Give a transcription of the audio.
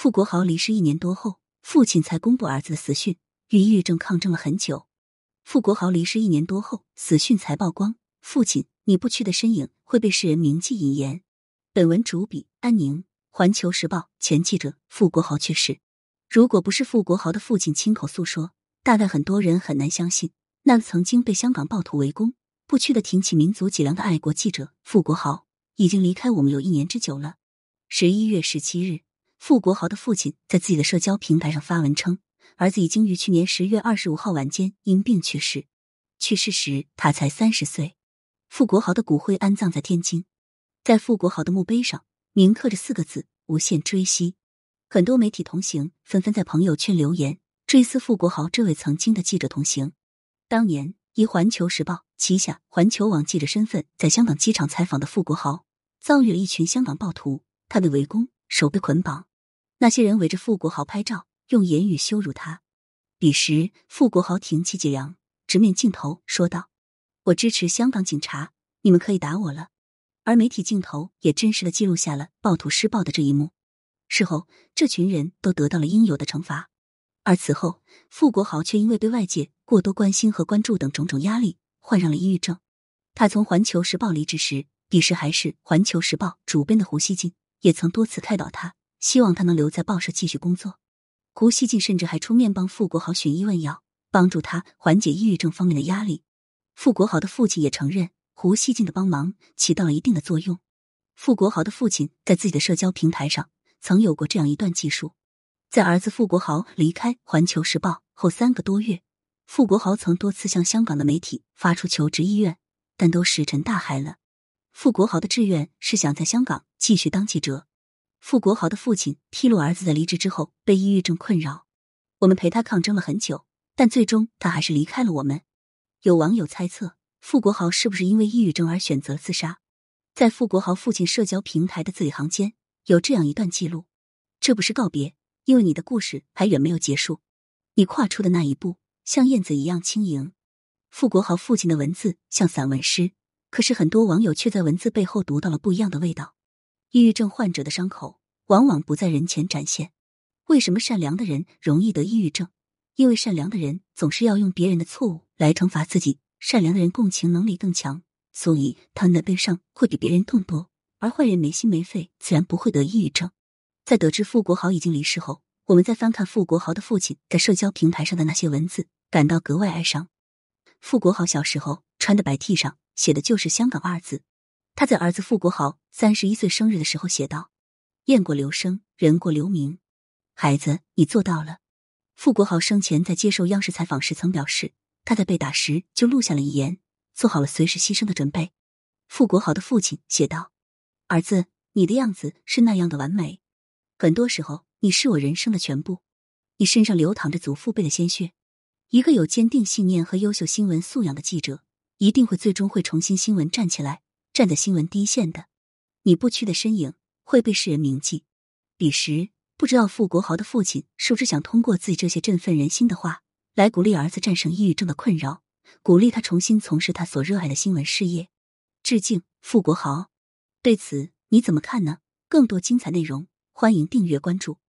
傅国豪离世1年多后，父亲才公布儿子的死讯，与抑郁症抗争了很久。傅国豪离世1年多后，死讯才曝光，父亲你不屈的身影会被世人铭记引言。本文主笔安宁，环球时报前记者。傅国豪去世，如果不是傅国豪的父亲亲口诉说，大概很多人很难相信，那个曾经被香港暴徒围攻，不屈地挺起民族脊梁的爱国记者傅国豪，已经离开我们有1年之久了。11月17日，傅国豪的父亲在自己的社交平台上发文称，儿子已经于去年10月25号晚间因病去世，去世时他才30岁。傅国豪的骨灰安葬在天津，在傅国豪的墓碑上铭刻着4个字：无限追惜。很多媒体同行纷纷在朋友圈留言，追思傅国豪这位曾经的记者同行。当年以环球时报旗下环球网记者身份在香港机场采访的傅国豪，遭遇了一群香港暴徒，他被围攻，手被捆绑。那些人围着傅国豪拍照，用言语羞辱他。彼时傅国豪挺起脊梁，直面镜头说道：我支持香港警察，你们可以打我了。而媒体镜头也真实地记录下了暴徒施暴的这一幕。事后这群人都得到了应有的惩罚，而此后傅国豪却因为被外界过多关心和关注等种种压力，患上了抑郁症。他从环球时报离职时，彼时还是环球时报主编的胡锡进也曾多次开导他，希望他能留在报社继续工作。胡锡进甚至还出面帮傅国豪寻医问药，帮助他缓解抑郁症方面的压力。傅国豪的父亲也承认胡锡进的帮忙起到了一定的作用。傅国豪的父亲在自己的社交平台上曾有过这样一段记述，在儿子傅国豪离开环球时报后3个多月，傅国豪曾多次向香港的媒体发出求职意愿，但都石沉大海了。傅国豪的志愿是想在香港继续当记者。傅国豪的父亲披露儿子在离职之后被抑郁症困扰，我们陪他抗争了很久，但最终他还是离开了我们。有网友猜测，傅国豪是不是因为抑郁症而选择了自杀？在傅国豪父亲社交平台的字里行间有这样一段记录：这不是告别，因为你的故事还远没有结束，你跨出的那一步像燕子一样轻盈。傅国豪父亲的文字像散文诗，可是很多网友却在文字背后读到了不一样的味道。抑郁症患者的伤口往往不在人前展现。为什么善良的人容易得抑郁症？因为善良的人总是要用别人的错误来惩罚自己，善良的人共情能力更强，所以他们的悲伤会比别人更多，而坏人没心没肺，自然不会得抑郁症。在得知傅国豪已经离世后，我们再翻看傅国豪的父亲在社交平台上的那些文字，感到格外哀伤。傅国豪小时候穿的白 T 上写的就是香港2字。他在儿子傅国豪31岁生日的时候写道：雁过留声，人过留名。孩子，你做到了。傅国豪生前在接受央视采访时曾表示，他在被打时就录下了遗言，做好了随时牺牲的准备。傅国豪的父亲写道：儿子，你的样子是那样的完美，很多时候你是我人生的全部，你身上流淌着祖父辈的鲜血。一个有坚定信念和优秀新闻素养的记者，一定会最终会重新新闻站起来，站在新闻第一线的。你不屈的身影会被世人铭记。彼时不知道傅国豪的父亲是不是想通过自己这些振奋人心的话，来鼓励儿子战胜抑郁症的困扰，鼓励他重新从事他所热爱的新闻事业。致敬傅国豪。对此你怎么看呢？更多精彩内容欢迎订阅关注。